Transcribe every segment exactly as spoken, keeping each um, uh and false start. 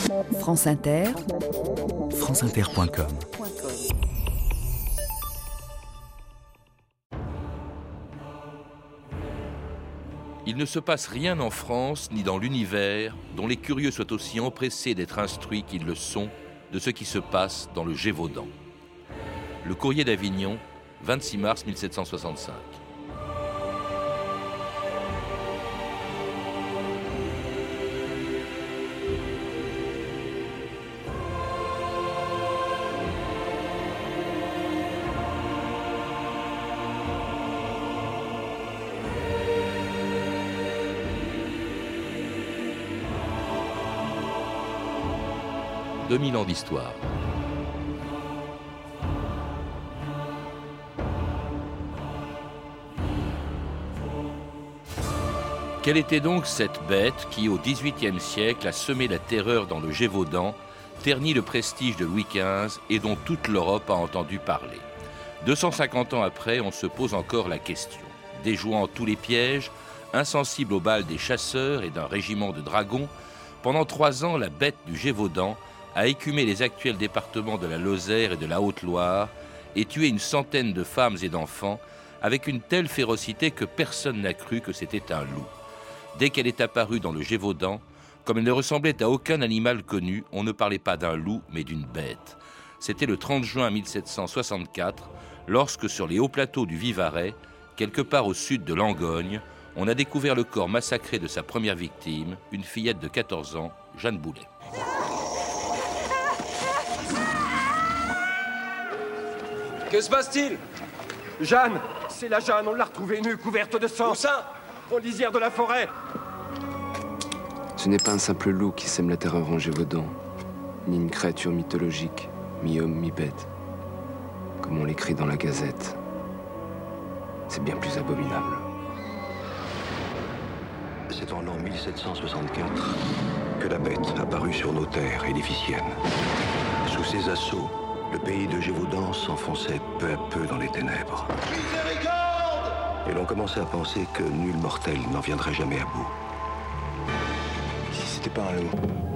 France Inter, france inter point com. Il ne se passe rien en France ni dans l'univers dont les curieux soient aussi empressés d'être instruits qu'ils le sont de ce qui se passe dans le Gévaudan. Le Courrier d'Avignon, vingt-six mars mille sept cent soixante-cinq. deux mille ans d'histoire. Quelle était donc cette bête qui, au dix-huitième siècle, a semé la terreur dans le Gévaudan, terni le prestige de Louis quinze et dont toute l'Europe a entendu parler? deux cent cinquante ans après, on se pose encore la question. Déjouant tous les pièges, insensible aux balles des chasseurs et d'un régiment de dragons, pendant trois ans, la bête du Gévaudan a écumé les actuels départements de la Lozère et de la Haute-Loire et tué une centaine de femmes et d'enfants avec une telle férocité que personne n'a cru que c'était un loup. Dès qu'elle est apparue dans le Gévaudan, comme elle ne ressemblait à aucun animal connu, on ne parlait pas d'un loup mais d'une bête. C'était le trente juin mille sept cent soixante-quatre, lorsque sur les hauts plateaux du Vivarais, quelque part au sud de Langogne, on a découvert le corps massacré de sa première victime, une fillette de quatorze ans, Jeanne Boulet. Que se passe-t-il? Jeanne, c'est la Jeanne, on l'a retrouvée nue, couverte de sang. Où ça? Aux lisières de la forêt. Ce n'est pas un simple loup qui sème la terreur en Gévaudan, ni une créature mythologique, mi-homme, mi-bête, comme on l'écrit dans la Gazette. C'est bien plus abominable. C'est en l'an mille sept cent soixante-quatre que la bête apparut sur nos terres édificiennes. Sous ses assauts, le pays de Gévaudan s'enfonçait peu à peu dans les ténèbres. Et l'on commençait à penser que nul mortel n'en viendrait jamais à bout. Si c'était pas un loup.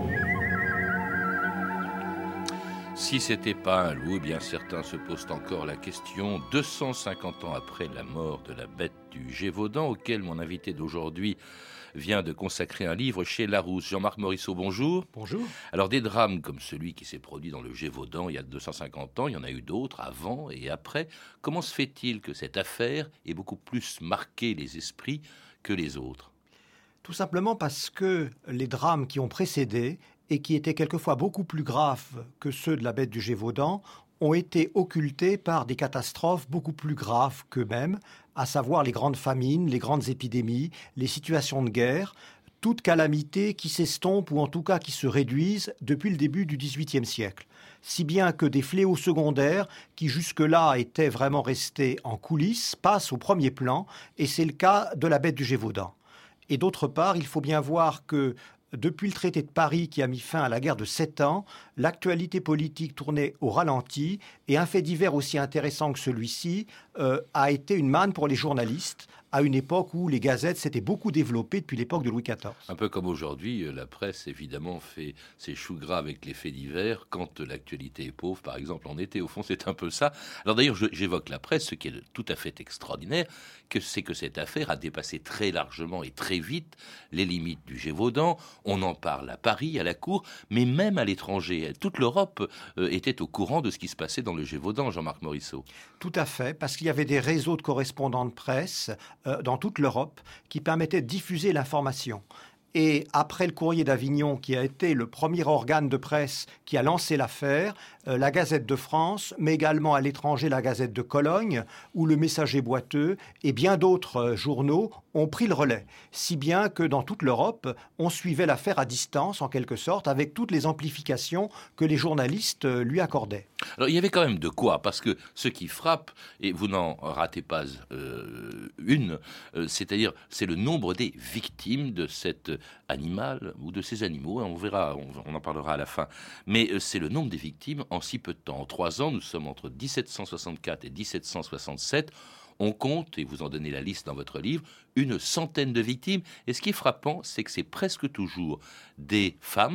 Si c'était pas un loup, eh bien certains se posent encore la question, deux cent cinquante ans après la mort de la bête du Gévaudan, auquel mon invité d'aujourd'hui vient de consacrer un livre chez Larousse. Jean-Marc Morisseau, bonjour. Bonjour. Alors des drames comme celui qui s'est produit dans le Gévaudan il y a deux cent cinquante ans, il y en a eu d'autres avant et après. Comment se fait-il que cette affaire ait beaucoup plus marqué les esprits que les autres? Tout simplement parce que les drames qui ont précédé et qui étaient quelquefois beaucoup plus graves que ceux de la bête du Gévaudan ont été occultés par des catastrophes beaucoup plus graves qu'eux-mêmes, à savoir les grandes famines, les grandes épidémies, les situations de guerre, toute calamité qui s'estompe ou en tout cas qui se réduisent depuis le début du dix-huitième siècle. Si bien que des fléaux secondaires qui jusque-là étaient vraiment restés en coulisses passent au premier plan, et c'est le cas de la bête du Gévaudan. Et d'autre part, il faut bien voir que depuis le traité de Paris qui a mis fin à la guerre de Sept Ans, l'actualité politique tournait au ralenti et un fait divers aussi intéressant que celui-ci euh, a été une manne pour les journalistes à une époque où les gazettes s'étaient beaucoup développées depuis l'époque de Louis quatorze. Un peu comme aujourd'hui, la presse évidemment fait ses choux gras avec les faits divers quand l'actualité est pauvre, par exemple en été. Au fond, c'est un peu ça. Alors d'ailleurs, je, j'évoque la presse, ce qui est tout à fait extraordinaire, que c'est que cette affaire a dépassé très largement et très vite les limites du Gévaudan. On en parle à Paris, à la cour, mais même à l'étranger. Toute l'Europe euh, était au courant de ce qui se passait dans le Gévaudan, Jean-Marc Morisseau. Tout à fait, parce qu'il y avait des réseaux de correspondants de presse euh, dans toute l'Europe qui permettaient de diffuser l'information. Et après le Courrier d'Avignon, qui a été le premier organe de presse qui a lancé l'affaire, euh, la Gazette de France, mais également à l'étranger la Gazette de Cologne, ou le Messager boiteux, et bien d'autres euh, journaux ont pris le relais. Si bien que dans toute l'Europe, on suivait l'affaire à distance, en quelque sorte, avec toutes les amplifications que les journalistes euh, lui accordaient. Alors il y avait quand même de quoi, parce que ce qui frappe, et vous n'en ratez pas euh, une, euh, c'est-à-dire c'est le nombre des victimes de cet animal ou de ces animaux, on verra, on, on en parlera à la fin, mais euh, c'est le nombre des victimes en si peu de temps. En trois ans, nous sommes entre dix-sept cent soixante-quatre et dix-sept cent soixante-sept, on compte, et vous en donnez la liste dans votre livre, une centaine de victimes, et ce qui est frappant, c'est que c'est presque toujours des femmes,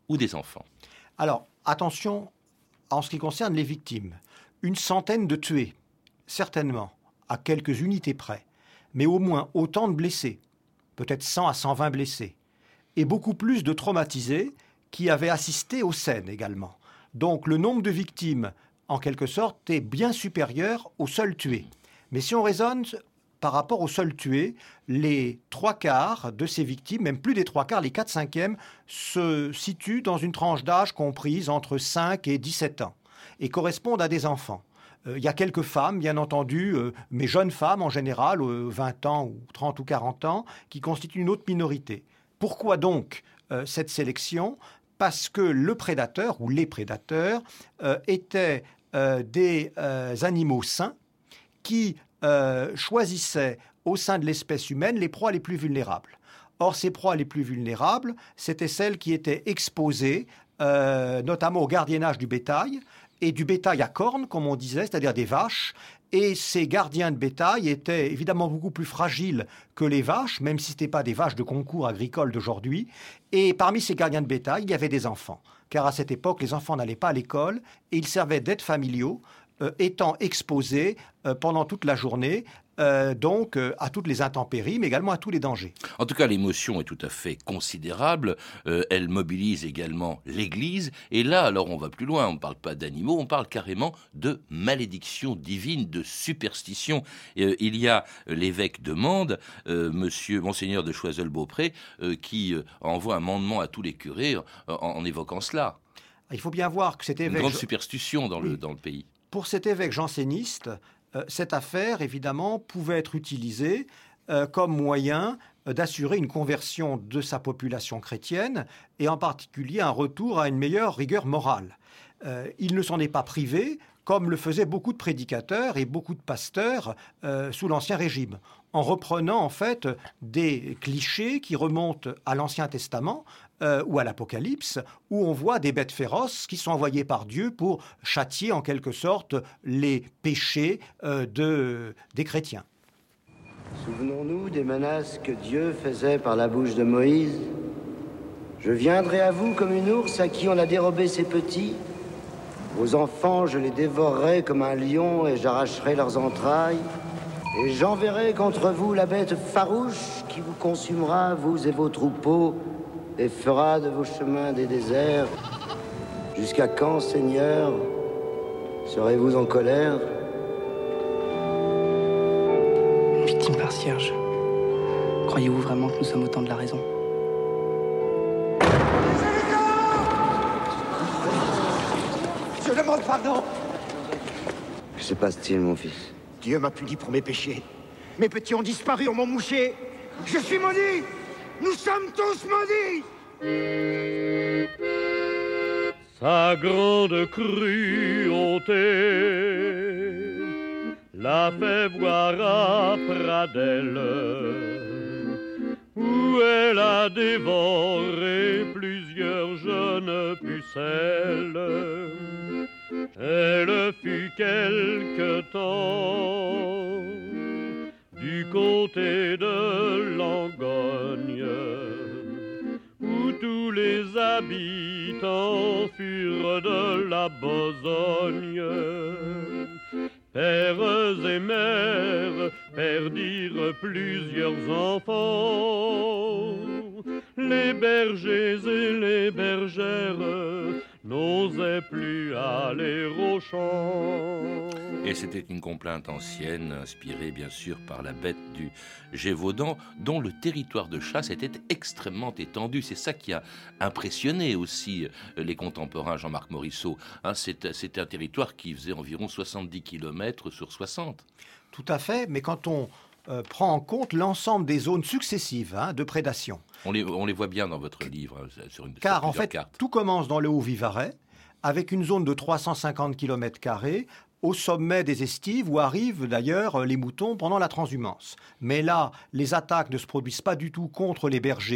ou des enfants? Alors, attention en ce qui concerne les victimes. Une centaine de tués, certainement, à quelques unités près, mais au moins autant de blessés, peut-être cent à cent vingt blessés, et beaucoup plus de traumatisés qui avaient assisté aux scènes également. Donc le nombre de victimes, en quelque sorte, est bien supérieur aux seuls tués. Mais si on raisonne par rapport aux seuls tués, les trois quarts de ces victimes, même plus des trois quarts, les quatre cinquièmes, se situent dans une tranche d'âge comprise entre cinq et dix-sept ans et correspondent à des enfants. Il y a quelques femmes, bien entendu, euh, mais jeunes femmes en général, euh, vingt ans ou trente ou quarante ans, qui constituent une autre minorité. Pourquoi donc euh, cette sélection ? Parce que le prédateur ou les prédateurs euh, étaient euh, des euh, animaux sains qui euh, choisissaient au sein de l'espèce humaine les proies les plus vulnérables. Or, ces proies les plus vulnérables, c'étaient celles qui étaient exposées euh, notamment au gardiennage du bétail, et du bétail à cornes, comme on disait, c'est-à-dire des vaches. Et ces gardiens de bétail étaient évidemment beaucoup plus fragiles que les vaches, même si ce n'étaient pas des vaches de concours agricole d'aujourd'hui. Et parmi ces gardiens de bétail, il y avait des enfants. Car à cette époque, les enfants n'allaient pas à l'école et ils servaient d'aides familiaux, euh, étant exposés euh, pendant toute la journée, euh, donc euh, à toutes les intempéries, mais également à tous les dangers. En tout cas, l'émotion est tout à fait considérable. Euh, elle mobilise également l'Église. Et là, alors, on va plus loin. On ne parle pas d'animaux, on parle carrément de malédiction divine, de superstition. Euh, il y a l'évêque de Mende, euh, monsieur, monseigneur de Choiseul-Beaupré, euh, qui euh, envoie un mandement à tous les curés euh, en, en évoquant cela. Il faut bien voir que cet évêque... Une grande superstition dans, oui. le, dans le pays. Pour cet évêque janséniste, euh, cette affaire, évidemment, pouvait être utilisée euh, comme moyen euh, d'assurer une conversion de sa population chrétienne et en particulier un retour à une meilleure rigueur morale. Euh, il ne s'en est pas privé, comme le faisaient beaucoup de prédicateurs et beaucoup de pasteurs euh, sous l'Ancien Régime, en reprenant en fait des clichés qui remontent à l'Ancien Testament euh, ou à l'Apocalypse, où on voit des bêtes féroces qui sont envoyées par Dieu pour châtier en quelque sorte les péchés euh, de, des chrétiens. Souvenons-nous des menaces que Dieu faisait par la bouche de Moïse. Je viendrai à vous comme une ours à qui on a dérobé ses petits. Vos enfants, je les dévorerai comme un lion et j'arracherai leurs entrailles. Et j'enverrai contre vous la bête farouche qui vous consumera, vous et vos troupeaux, et fera de vos chemins des déserts. Jusqu'à quand, Seigneur, serez-vous en colère? Victime par cierge, croyez-vous vraiment que nous sommes au temps de la raison? Je demande pardon. Que se passe-t-il, mon fils? Dieu m'a puni pour mes péchés. Mes petits ont disparu, on m'a mouché. Je suis maudit. Nous sommes tous maudits. Sa grande cruauté l'a fait voir à Pradelle, où elle a dévoré plusieurs jeunes pucelles. Elle fut quelque temps du côté de Langogne, où tous les habitants furent de la besogne. Pères et mères perdirent plusieurs enfants. Les bergers et les bergères n'osaient plus aller au champ. Et c'était une complainte ancienne, inspirée bien sûr par la bête du Gévaudan, dont le territoire de chasse était extrêmement étendu. C'est ça qui a impressionné aussi les contemporains, Jean-Marc Morisseau. Hein, c'est, c'est un territoire qui faisait environ soixante-dix kilomètres sur soixante. Tout à fait, mais quand on euh, prend en compte l'ensemble des zones successives hein, de prédation. On les, on les voit bien dans votre livre, hein, sur une Car sur en fait, cartes. Tout commence dans le Haut-Vivarais, avec une zone de trois cent cinquante kilomètres carrés, au sommet des estives, où arrivent d'ailleurs les moutons pendant la transhumance. Mais là, les attaques ne se produisent pas du tout contre les bergers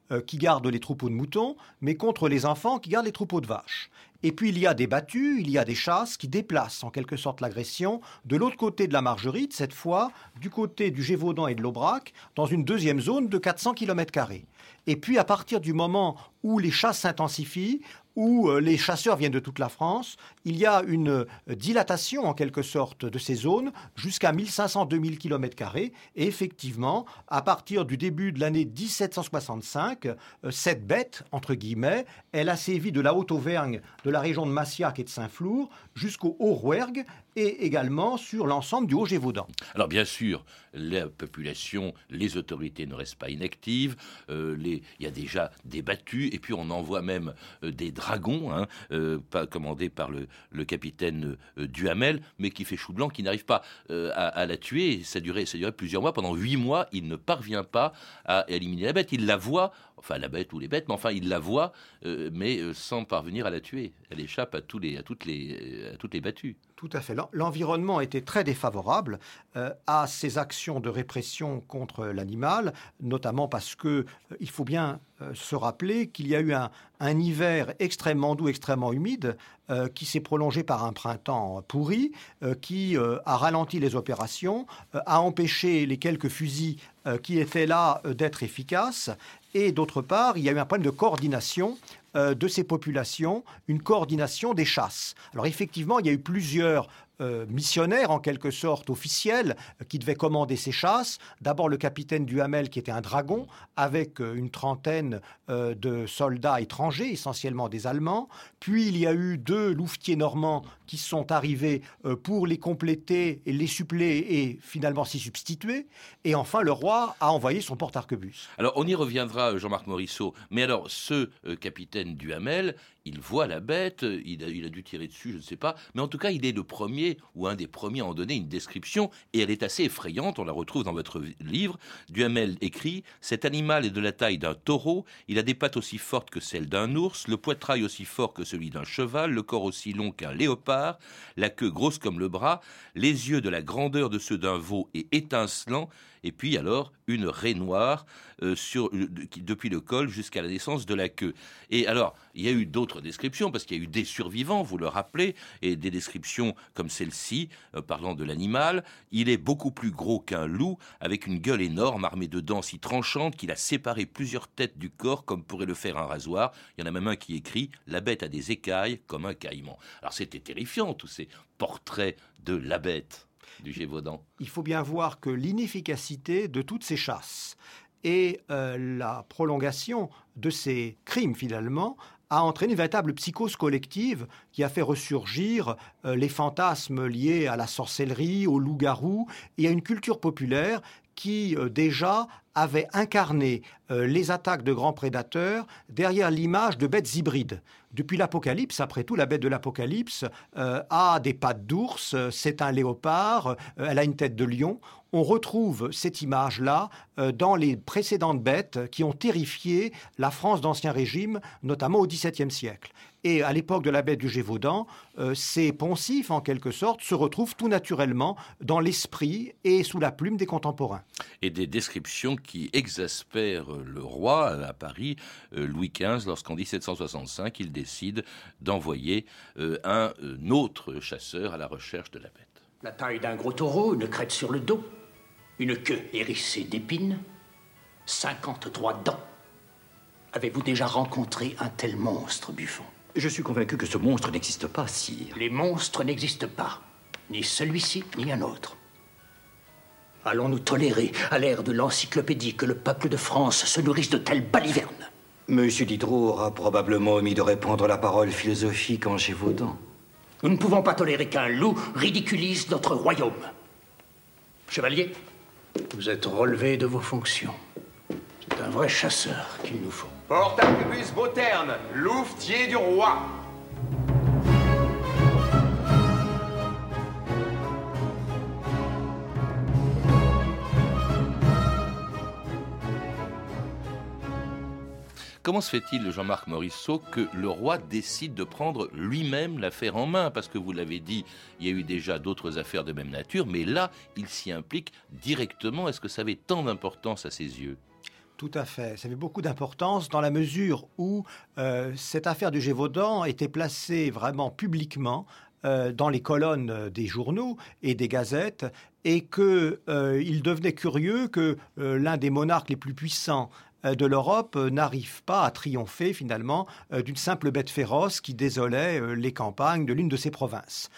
euh, qui gardent les troupeaux de moutons, mais contre les enfants qui gardent les troupeaux de vaches. Et puis il y a des battues, il y a des chasses qui déplacent en quelque sorte l'agression de l'autre côté de la Margerite, cette fois du côté du Gévaudan et de l'Aubrac, dans une deuxième zone de quatre cents kilomètres carrés. Et puis à partir du moment où les chasses s'intensifient, où les chasseurs viennent de toute la France, il y a une dilatation en quelque sorte de ces zones jusqu'à mille cinq cents à deux mille kilomètres carrés. Et effectivement, à partir du début de l'année dix-sept cent soixante-cinq, cette bête, entre guillemets, elle a sévi de la Haute-Auvergne, de la région de Massiac et de Saint-Flour, jusqu'au Haut-Rouergue et également sur l'ensemble du Haut-Gévaudan. Alors bien sûr, la population, les autorités ne restent pas inactives, euh, les, il y a déjà des battues, et puis on envoie même euh, des dragons, hein, euh, pas commandés par le, le capitaine euh, Duhamel, mais qui fait chou blanc, qui n'arrive pas euh, à, à la tuer. Ça durait, ça durait plusieurs mois. Pendant huit mois, il ne parvient pas à éliminer la bête. Il la voit, enfin la bête ou les bêtes, mais enfin il la voit, euh, mais euh, sans parvenir à la tuer. Elle échappe à, tous les, à, toutes, les, à toutes les battues. Tout à fait. L'environnement était très défavorable euh, à ces actions de répression contre l'animal, notamment parce que euh, il faut bien euh, se rappeler qu'il y a eu un, un hiver extrêmement doux, extrêmement humide, euh, qui s'est prolongé par un printemps pourri, euh, qui euh, a ralenti les opérations, euh, a empêché les quelques fusils euh, qui étaient là euh, d'être efficaces. Et d'autre part, il y a eu un problème de coordination euh, de ces populations, une coordination des chasses. Alors effectivement, il y a eu plusieurs euh, missionnaires, en quelque sorte officiels, euh, qui devaient commander ces chasses. D'abord le capitaine Duhamel, qui était un dragon, avec euh, une trentaine euh, de soldats étrangers, essentiellement des Allemands. Puis il y a eu deux louvetiers normands qui sont arrivés euh, pour les compléter et les suppléer et finalement s'y substituer. Et enfin, le roi a envoyé son porte-arquebus. Alors on y reviendra, Jean-Marc Morisseau, mais alors ce euh, capitaine Duhamel, il voit la bête, il a, il a dû tirer dessus, je ne sais pas, mais en tout cas il est le premier ou un des premiers à en donner une description, et elle est assez effrayante, on la retrouve dans votre livre. Duhamel écrit « Cet animal est de la taille d'un taureau, il a des pattes aussi fortes que celles d'un ours, le poitrail aussi fort que celui d'un cheval, le corps aussi long qu'un léopard, la queue grosse comme le bras, les yeux de la grandeur de ceux d'un veau et étincelants, et puis alors une raie noire euh, sur, euh, qui, depuis le col jusqu'à la naissance de la queue. » Et alors, il y a eu d'autres descriptions, parce qu'il y a eu des survivants, vous le rappelez, et des descriptions comme celle-ci, euh, parlant de l'animal. Il est beaucoup plus gros qu'un loup, avec une gueule énorme, armée de dents si tranchantes qu'il a séparé plusieurs têtes du corps, comme pourrait le faire un rasoir. Il y en a même un qui écrit « La bête a des écailles comme un caïman ». Alors c'était terrifiant, tous ces portraits de la bête du Gévaudan. Il faut bien voir que l'inefficacité de toutes ces chasses et euh, la prolongation de ces crimes, finalement, a entraîné une véritable psychose collective qui a fait ressurgir euh, les fantasmes liés à la sorcellerie, au loup-garou, et à une culture populaire qui, euh, déjà, avait incarné euh, les attaques de grands prédateurs derrière l'image de bêtes hybrides. Depuis l'Apocalypse, après tout, la bête de l'Apocalypse euh, a des pattes d'ours, euh, c'est un léopard, euh, elle a une tête de lion. On retrouve cette image-là euh, dans les précédentes bêtes qui ont terrifié la France d'Ancien Régime, notamment au dix-septième siècle. Et à l'époque de la bête du Gévaudan, euh, ces poncifs, en quelque sorte, se retrouvent tout naturellement dans l'esprit et sous la plume des contemporains. Et des descriptions qui exaspèrent le roi à Paris, euh, Louis quinze, lorsqu'en dix-sept cent soixante-cinq, il décide d'envoyer euh, un, un autre chasseur à la recherche de la bête. La taille d'un gros taureau, une crête sur le dos, une queue hérissée d'épines, cinquante-trois dents. Avez-vous déjà rencontré un tel monstre, Buffon? Je suis convaincu que ce monstre n'existe pas, sire. Les monstres n'existent pas. Ni celui-ci, ni un autre. Allons-nous tolérer, à l'ère de l'encyclopédie, que le peuple de France se nourrisse de telles balivernes? Monsieur Diderot aura probablement omis de répandre la parole philosophique en Gévaudan. Nous ne pouvons pas tolérer qu'un loup ridiculise notre royaume. Chevalier, vous êtes relevé de vos fonctions. C'est un vrai chasseur qu'il nous faut. Porte-arquebus Beauterne, louvetier du roi. Comment se fait-il, Jean-Marc Morisseau, que le roi décide de prendre lui-même l'affaire en main? Parce que vous l'avez dit, il y a eu déjà d'autres affaires de même nature, mais là, il s'y implique directement. Est-ce que ça avait tant d'importance à ses yeux? Tout à fait. Ça avait beaucoup d'importance dans la mesure où euh, cette affaire du Gévaudan était placée vraiment publiquement euh, dans les colonnes des journaux et des gazettes, et qu'il euh, devenait curieux que euh, l'un des monarques les plus puissants euh, de l'Europe euh, n'arrive pas à triompher finalement euh, d'une simple bête féroce qui désolait euh, les campagnes de l'une de ses provinces.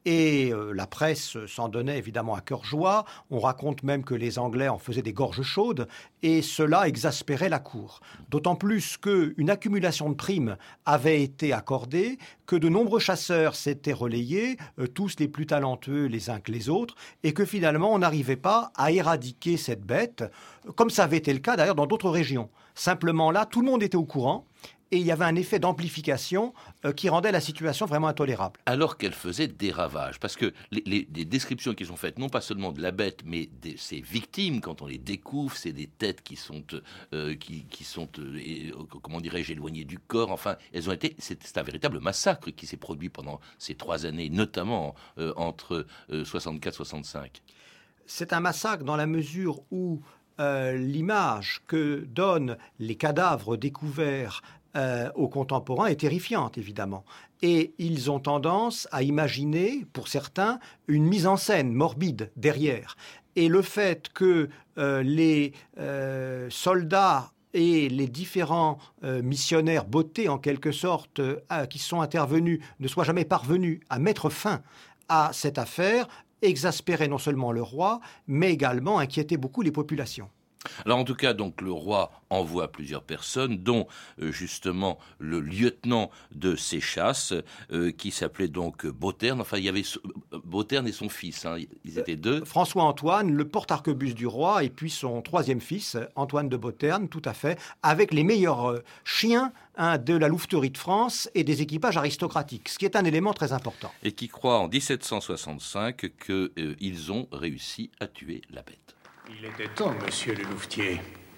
Et euh, la presse s'en donnait évidemment à cœur joie. On raconte même que les Anglais en faisaient des gorges chaudes, et cela exaspérait la cour. D'autant plus qu'une accumulation de primes avait été accordée, que de nombreux chasseurs s'étaient relayés, euh, tous les plus talentueux les uns que les autres, et que finalement on n'arrivait pas à éradiquer cette bête, comme ça avait été le cas d'ailleurs dans d'autres régions. Simplement là, tout le monde était au courant, et il y avait un effet d'amplification euh, qui rendait la situation vraiment intolérable. Alors qu'elle faisait des ravages, parce que les, les, les descriptions qui sont faites, non pas seulement de la bête, mais de ses victimes, quand on les découvre, c'est des têtes qui sont, euh, qui, qui sont euh, et, comment dirais-je, éloignées du corps. Enfin, elles ont été, c'est, c'est un véritable massacre qui s'est produit pendant ces trois années, notamment euh, entre euh, soixante-quatre soixante-cinq. C'est un massacre dans la mesure où euh, l'image que donnent les cadavres découverts Euh, aux contemporains est terrifiante, évidemment. Et ils ont tendance à imaginer, pour certains, une mise en scène morbide derrière. Et le fait que euh, les euh, soldats et les différents euh, missionnaires bottés, en quelque sorte, euh, qui sont intervenus, ne soient jamais parvenus à mettre fin à cette affaire, exaspérait non seulement le roi, mais également inquiétait beaucoup les populations. Alors en tout cas, donc le roi envoie plusieurs personnes, dont euh, justement le lieutenant de ses chasses, euh, qui s'appelait donc Bauterne. Enfin, il y avait euh, Bauterne et son fils, hein, ils étaient deux. Euh, François-Antoine, le porte-arquebuse du roi, et puis son troisième fils, Antoine de Bauterne, tout à fait, avec les meilleurs euh, chiens hein, de la louveterie de France et des équipages aristocratiques, ce qui est un élément très important. Et qui croient en dix-sept cent soixante-cinq qu'ils euh, ont réussi à tuer la bête. Il était temps, monsieur le louvetier.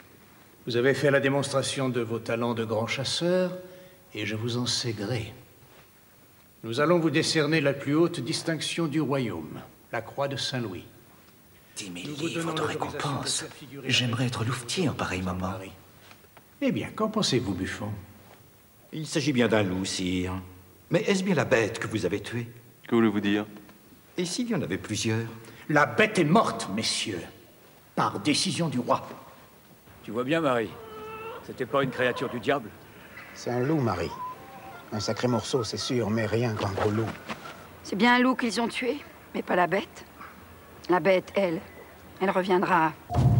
Vous avez fait la démonstration de vos talents de grand chasseur, et je vous en sais gré. Nous allons vous décerner la plus haute distinction du royaume, la croix de Saint-Louis. dix mille livres de récompense. J'aimerais être louvetier en pareil moment. Eh bien, qu'en pensez-vous, Buffon? Il s'agit bien d'un loup, sire. Mais est-ce bien la bête que vous avez tuée? Que voulez-vous dire? Et s'il y en avait plusieurs? La bête est morte, messieurs, par décision du roi. Tu vois bien, Marie, c'était pas une créature du diable? C'est un loup, Marie. Un sacré morceau, c'est sûr, mais rien qu'un gros loup. C'est bien un loup qu'ils ont tué, mais pas la bête. La bête, elle, elle reviendra.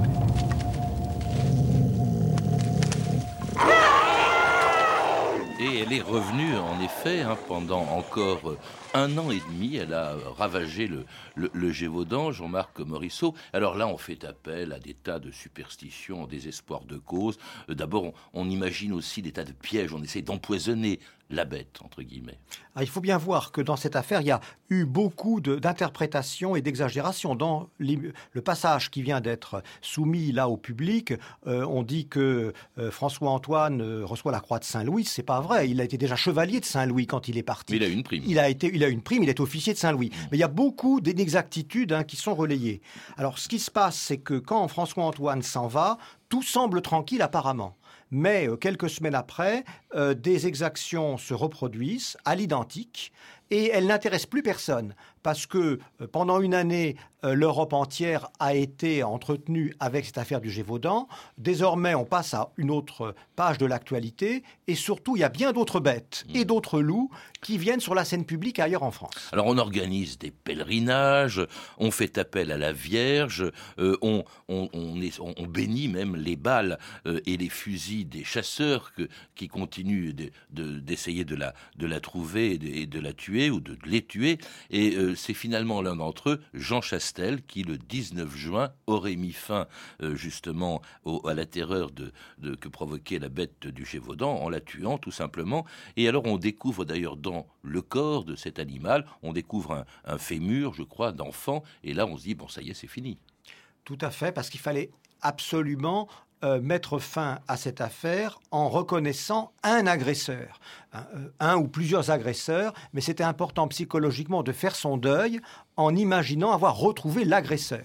Et elle est revenue, en effet, hein, pendant encore un an et demi. Elle a ravagé le, le, le Gévaudan, Jean-Marc Morisseau. Alors là, on fait appel à des tas de superstitions, en désespoir de cause. D'abord, on, on imagine aussi des tas de pièges. On essaie d'empoisonner la bête, entre guillemets. Alors, il faut bien voir que dans cette affaire, il y a eu beaucoup de, d'interprétations et d'exagérations. Dans les, le passage qui vient d'être soumis là au public, euh, on dit que euh, François-Antoine euh, reçoit la croix de Saint-Louis. C'est pas vrai. Il a été déjà chevalier de Saint-Louis quand il est parti. Mais il a une prime. Il a été, il a une prime. Il est officier de Saint-Louis. Mmh. Mais il y a beaucoup d'inexactitudes hein, qui sont relayées. Alors, ce qui se passe, c'est que quand François-Antoine s'en va, tout semble tranquille apparemment. Mais euh, quelques semaines après, euh, des exactions se reproduisent à l'identique et elles n'intéressent plus personne parce que euh, pendant une année, euh, l'Europe entière a été entretenue avec cette affaire du Gévaudan. Désormais, on passe à une autre page de l'actualité et surtout, il y a bien d'autres bêtes mmh. et d'autres loups qui viennent sur la scène publique ailleurs en France. Alors, on organise des pèlerinages, on fait appel à la Vierge, euh, on, on, on, est, on, on bénit même les balles euh, et les fusils des chasseurs que, qui continuent de, de, d'essayer de la, de la trouver et de, et de la tuer ou de, de les tuer. Et euh, c'est finalement l'un d'entre eux, Jean Chastel, qui le dix-neuf juin aurait mis fin euh, justement au, à la terreur de, de, que provoquait la bête du Gévaudan en la tuant tout simplement. Et alors on découvre d'ailleurs dans le corps de cet animal, on découvre un, un fémur, je crois, d'enfant. Et là on se dit, bon ça y est, c'est fini. Tout à fait, parce qu'il fallait absolument Euh, mettre fin à cette affaire en reconnaissant un agresseur, un, euh, un ou plusieurs agresseurs, mais c'était important psychologiquement de faire son deuil en imaginant avoir retrouvé l'agresseur.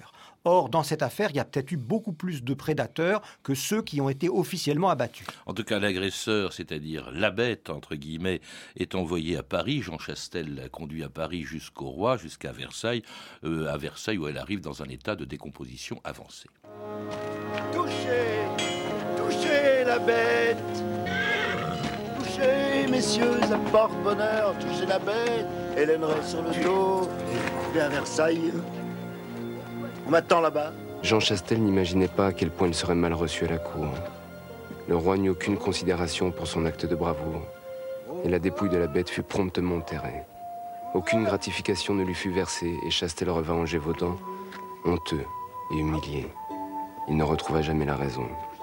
Or, dans cette affaire, il y a peut-être eu beaucoup plus de prédateurs que ceux qui ont été officiellement abattus. En tout cas, l'agresseur, c'est-à-dire la bête, entre guillemets, est envoyé à Paris. Jean Chastel l'a conduit à Paris jusqu'au roi, jusqu'à Versailles, euh, à Versailles où elle arrive dans un état de décomposition avancée. Touchez, touchez la bête. Touchez, messieurs, ça porte bonheur. Touchez la bête. Hélène reste sur le dos. Et à Versailles. On m'attend là-bas. Jean Chastel n'imaginait pas à quel point il serait mal reçu à la cour. Le roi n'eut aucune considération pour son acte de bravoure, et la dépouille de la bête fut promptement enterrée. Aucune gratification ne lui fut versée, et Chastel revint en Gévaudan, honteux et humilié. Il ne retrouva jamais la raison.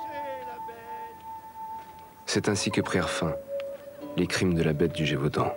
C'est ainsi que prirent fin les crimes de la bête du Gévaudan.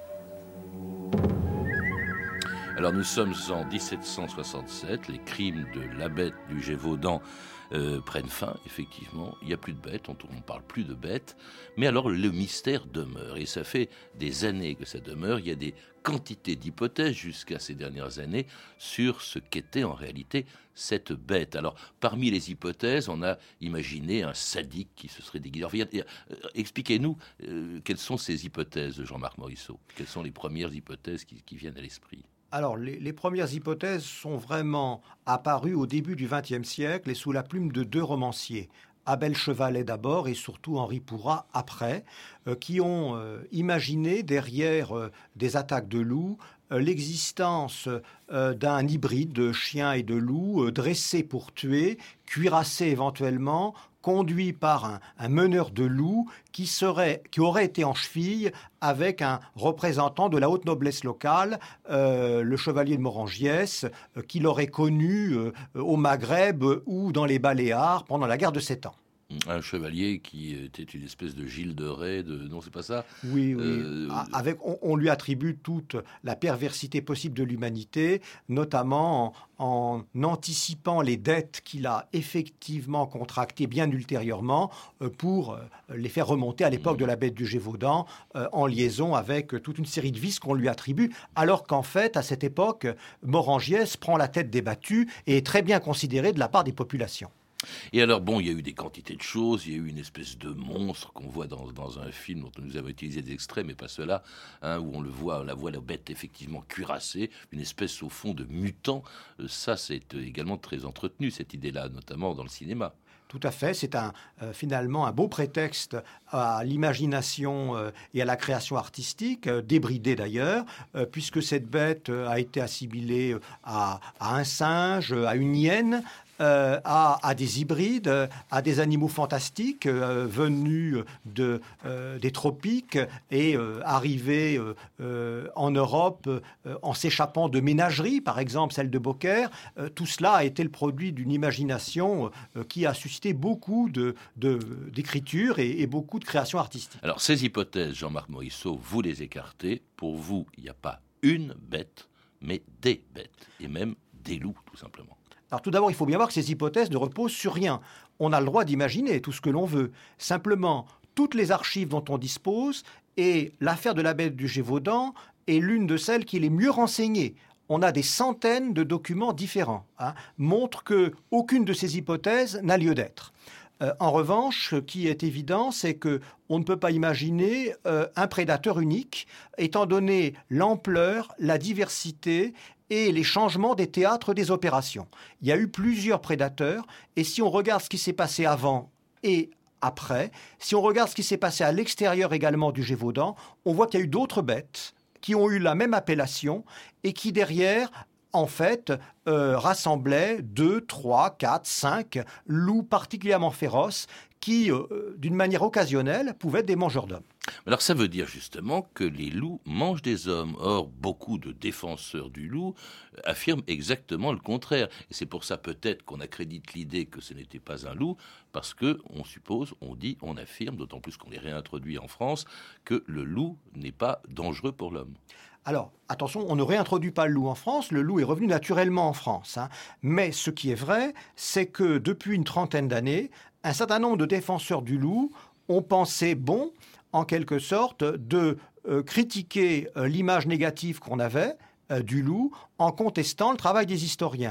Alors nous sommes en dix-sept cent soixante-sept, les crimes de la bête du Gévaudan euh, prennent fin, effectivement. Il n'y a plus de bêtes, on ne parle plus de bêtes. Mais alors le mystère demeure, et ça fait des années que ça demeure. Il y a des quantités d'hypothèses jusqu'à ces dernières années sur ce qu'était en réalité cette bête. Alors parmi les hypothèses, on a imaginé un sadique qui se serait déguisé. Alors, euh, expliquez-nous euh, quelles sont ces hypothèses, Jean-Marc Morisseau. Quelles sont les premières hypothèses qui, qui viennent à l'esprit ? Alors, les, les premières hypothèses sont vraiment apparues au début du vingtième siècle et sous la plume de deux romanciers, Abel Chevalet d'abord et surtout Henri Pourrat après, euh, qui ont euh, imaginé derrière euh, des attaques de loups euh, l'existence euh, d'un hybride de chien et de loup euh, dressé pour tuer, cuirassé éventuellement, conduit par un, un meneur de loups qui, serait, qui aurait été en cheville avec un représentant de la haute noblesse locale, euh, le chevalier de Morangiès, euh, qu'il aurait connu euh, au Maghreb ou dans les Baléares pendant la guerre de Sept Ans. Un chevalier qui était une espèce de Gilles de Rais, de... non, c'est pas ça ? Oui, oui. Euh... Avec, on, on lui attribue toute la perversité possible de l'humanité, notamment en, en anticipant les dettes qu'il a effectivement contractées bien ultérieurement euh, pour euh, les faire remonter à l'époque mmh. de la bête du Gévaudan, euh, en liaison avec toute une série de vices qu'on lui attribue, alors qu'en fait, à cette époque, Morangiès prend la tête des battus et est très bien considéré de la part des populations. Et alors, bon, il y a eu des quantités de choses, il y a eu une espèce de monstre qu'on voit dans, dans un film dont nous avons utilisé des extraits, mais pas cela, hein, où on le voit, on la voit la bête effectivement cuirassée, une espèce au fond de mutant. Euh, ça, c'est également très entretenu, cette idée-là, notamment dans le cinéma. Tout à fait, c'est un, euh, finalement un beau prétexte à l'imagination euh, et à la création artistique, euh, débridée d'ailleurs, euh, puisque cette bête euh, a été assimilée à, à un singe, à une hyène, Euh, à, à des hybrides, euh, à des animaux fantastiques euh, venus de, euh, des tropiques et euh, arrivés euh, euh, en Europe euh, en s'échappant de ménageries, par exemple celle de Beaucaire. Euh, tout cela a été le produit d'une imagination euh, qui a suscité beaucoup de, de, d'écriture et, et beaucoup de créations artistiques. Alors ces hypothèses, Jean-Marc Morisseau, vous les écartez. Pour vous, il n'y a pas une bête, mais des bêtes, et même des loups, tout simplement. Alors tout d'abord, il faut bien voir que ces hypothèses ne reposent sur rien. On a le droit d'imaginer tout ce que l'on veut. Simplement, toutes les archives dont on dispose, et l'affaire de la bête du Gévaudan est l'une de celles qui est les mieux renseignées. On a des centaines de documents différents, hein, montrent qu'aucune de ces hypothèses n'a lieu d'être. Euh, en revanche, ce qui est évident, c'est qu'on ne peut pas imaginer euh, un prédateur unique, étant donné l'ampleur, la diversité et les changements des théâtres des opérations. Il y a eu plusieurs prédateurs, et si on regarde ce qui s'est passé avant et après, si on regarde ce qui s'est passé à l'extérieur également du Gévaudan, on voit qu'il y a eu d'autres bêtes qui ont eu la même appellation et qui derrière, en fait, euh, rassemblaient deux, trois, quatre, cinq loups particulièrement féroces qui, euh, d'une manière occasionnelle, pouvaient être des mangeurs d'hommes. Alors ça veut dire justement que les loups mangent des hommes. Or, beaucoup de défenseurs du loup affirment exactement le contraire. Et c'est pour ça peut-être qu'on accrédite l'idée que ce n'était pas un loup, parce qu'on suppose, on dit, on affirme, d'autant plus qu'on les réintroduit en France, que le loup n'est pas dangereux pour l'homme. Alors, attention, on ne réintroduit pas le loup en France, le loup est revenu naturellement en France. Hein. Mais ce qui est vrai, c'est que depuis une trentaine d'années, un certain nombre de défenseurs du loup ont pensé bon, en quelque sorte, de euh, critiquer euh, l'image négative qu'on avait euh, du loup en contestant le travail des historiens.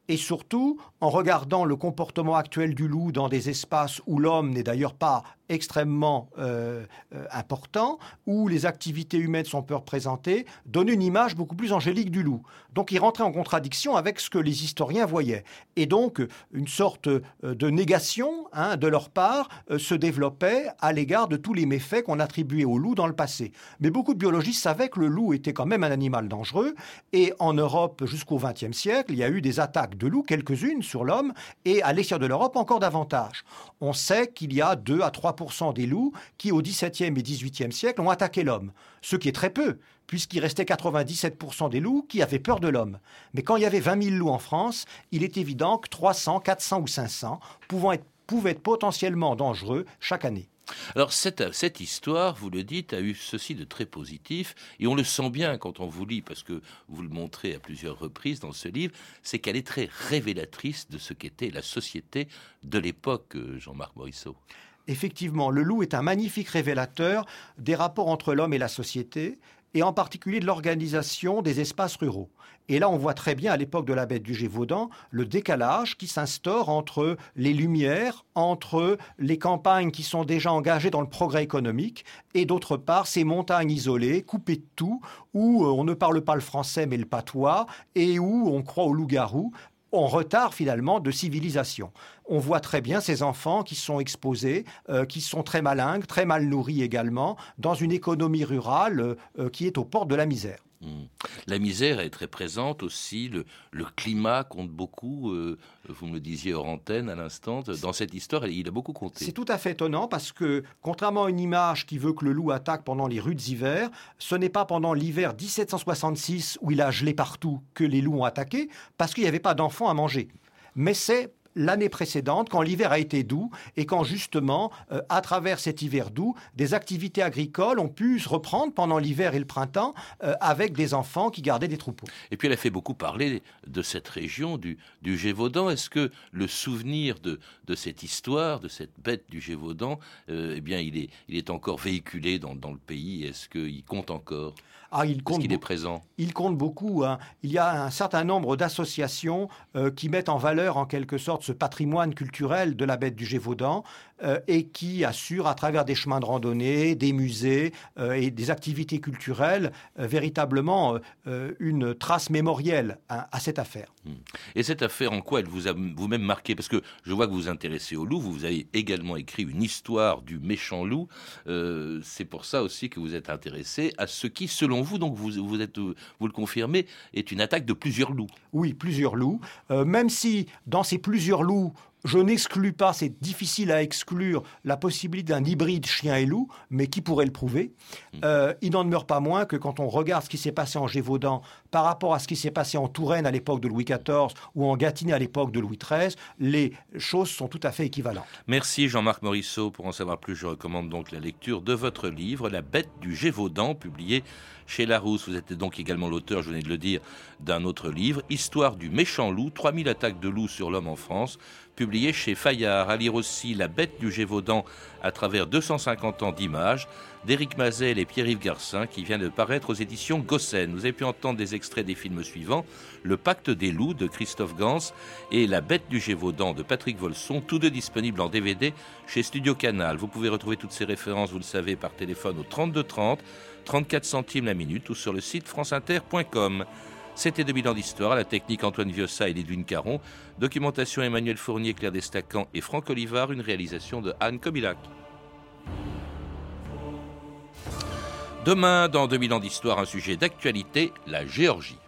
Et surtout, en regardant le comportement actuel du loup dans des espaces où l'homme n'est d'ailleurs pas extrêmement euh, euh, important, où les activités humaines sont peu représentées, donne une image beaucoup plus angélique du loup. Donc il rentrait en contradiction avec ce que les historiens voyaient. Et donc une sorte de négation hein, de leur part euh, se développait à l'égard de tous les méfaits qu'on attribuait au loup dans le passé. Mais beaucoup de biologistes savaient que le loup était quand même un animal dangereux, et en Europe jusqu'au vingtième siècle, il y a eu des attaques de loups, quelques-unes sur l'homme, et à l'extérieur de l'Europe encore davantage. On sait qu'il y a deux à trois pour cent des loups qui, au dix-septième et dix-huitième siècle, ont attaqué l'homme. Ce qui est très peu, puisqu'il restait quatre-vingt-dix-sept pour cent des loups qui avaient peur de l'homme. Mais quand il y avait vingt mille loups en France, il est évident que trois cents, quatre cents ou cinq cents pouvant être, pouvaient être potentiellement dangereux chaque année. Alors cette, cette histoire, vous le dites, a eu ceci de très positif, et on le sent bien quand on vous lit, parce que vous le montrez à plusieurs reprises dans ce livre, c'est qu'elle est très révélatrice de ce qu'était la société de l'époque, Jean-Marc Morisseau. Effectivement, le loup est un magnifique révélateur des rapports entre l'homme et la société, et en particulier de l'organisation des espaces ruraux. Et là, on voit très bien, à l'époque de la bête du Gévaudan, le décalage qui s'instaure entre les lumières, entre les campagnes qui sont déjà engagées dans le progrès économique, et d'autre part, ces montagnes isolées, coupées de tout, où on ne parle pas le français mais le patois, et où on croit au loup-garou, en retard finalement de civilisation. On voit très bien ces enfants qui sont exposés, euh, qui sont très malingres, très mal nourris également, dans une économie rurale euh, qui est aux portes de la misère. Mmh. La misère est très présente aussi, le, le climat compte beaucoup, euh, vous me le disiez hors antenne à l'instant, dans cette histoire, il a beaucoup compté. C'est tout à fait étonnant parce que, contrairement à une image qui veut que le loup attaque pendant les rudes hivers, ce n'est pas pendant l'hiver dix-sept cent soixante-six où il a gelé partout que les loups ont attaqué, parce qu'il n'y avait pas d'enfants à manger. Mais c'est l'année précédente, quand l'hiver a été doux et quand justement, euh, à travers cet hiver doux, des activités agricoles ont pu se reprendre pendant l'hiver et le printemps euh, avec des enfants qui gardaient des troupeaux. Et puis elle a fait beaucoup parler de cette région du, du Gévaudan. Est-ce que le souvenir de, de cette histoire, de cette bête du Gévaudan, euh, eh bien, il est, il est encore véhiculé dans, dans le pays? Est-ce qu'il compte encore? Ah, il compte Est-ce qu'il est présent? Il compte beaucoup. Hein. Il y a un certain nombre d'associations euh, qui mettent en valeur, en quelque sorte, ce patrimoine culturel de la bête du Gévaudan euh, et qui assurent, à travers des chemins de randonnée, des musées euh, et des activités culturelles, euh, véritablement euh, une trace mémorielle à, à cette affaire. Et cette affaire, en quoi elle vous a vous-même marqué? Parce que je vois que vous vous intéressez au loup, vous avez également écrit une histoire du méchant loup. Euh, c'est pour ça aussi que vous êtes intéressé à ce qui, selon vous, donc vous, vous, êtes, vous le confirmez, est une attaque de plusieurs loups. Oui, plusieurs loups. Euh, même si dans ces plusieurs loups, je n'exclus pas, c'est difficile à exclure, la possibilité d'un hybride chien et loup, mais qui pourrait le prouver? euh, Il n'en demeure pas moins que quand on regarde ce qui s'est passé en Gévaudan par rapport à ce qui s'est passé en Touraine à l'époque de Louis quatorze ou en Gâtinais à l'époque de Louis treize, les choses sont tout à fait équivalentes. Merci Jean-Marc Morisseau. Pour en savoir plus, je recommande donc la lecture de votre livre, La bête du Gévaudan, publié chez Larousse. Vous êtes donc également l'auteur, je venais de le dire, d'un autre livre, Histoire du méchant loup, trois mille attaques de loups sur l'homme en France, publié chez Fayard. À lire aussi La bête du Gévaudan à travers deux cent cinquante ans d'images, d'Éric Mazel et Pierre-Yves Garcin, qui vient de paraître aux éditions Gossen. Vous avez pu entendre des extraits des films suivants, Le pacte des loups de Christophe Gans et La bête du Gévaudan de Patrick Volson, tous deux disponibles en D V D chez Studio Canal. Vous pouvez retrouver toutes ces références, vous le savez, par téléphone au trente-deux trente, trente-quatre centimes la minute ou sur le site franceinter point com. C'était deux mille ans d'histoire, à la technique Antoine Viossa et Lidwine Caron, documentation Emmanuel Fournier, Claire Destacan et Franck Olivard, une réalisation de Anne Kobilac. Demain, dans deux mille ans d'histoire, un sujet d'actualité, la Géorgie.